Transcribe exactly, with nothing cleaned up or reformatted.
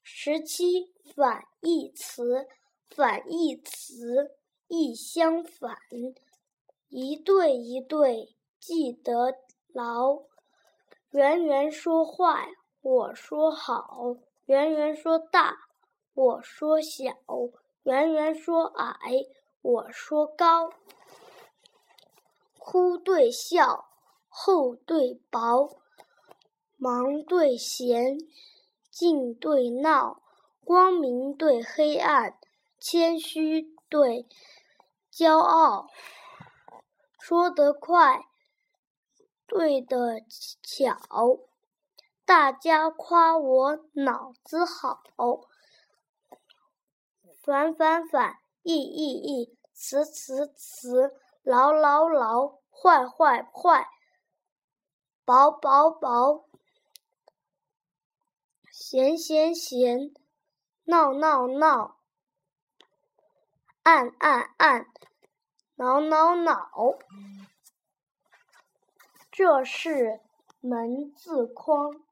十七反义词，反义词义相反，一对一对记得牢。圆圆说坏，我说好；圆圆说大，我说小；圆圆说矮，我说高。哭对笑，厚对薄，忙对闲，静对闹，光明对黑暗，谦虚对骄傲。说得快，对得巧，大家夸我脑子好。反反反，义义义，词词词，牢牢牢，坏坏坏，薄薄薄，闲闲闲，闹闹闹，暗暗暗，挠挠挠。这是门字框。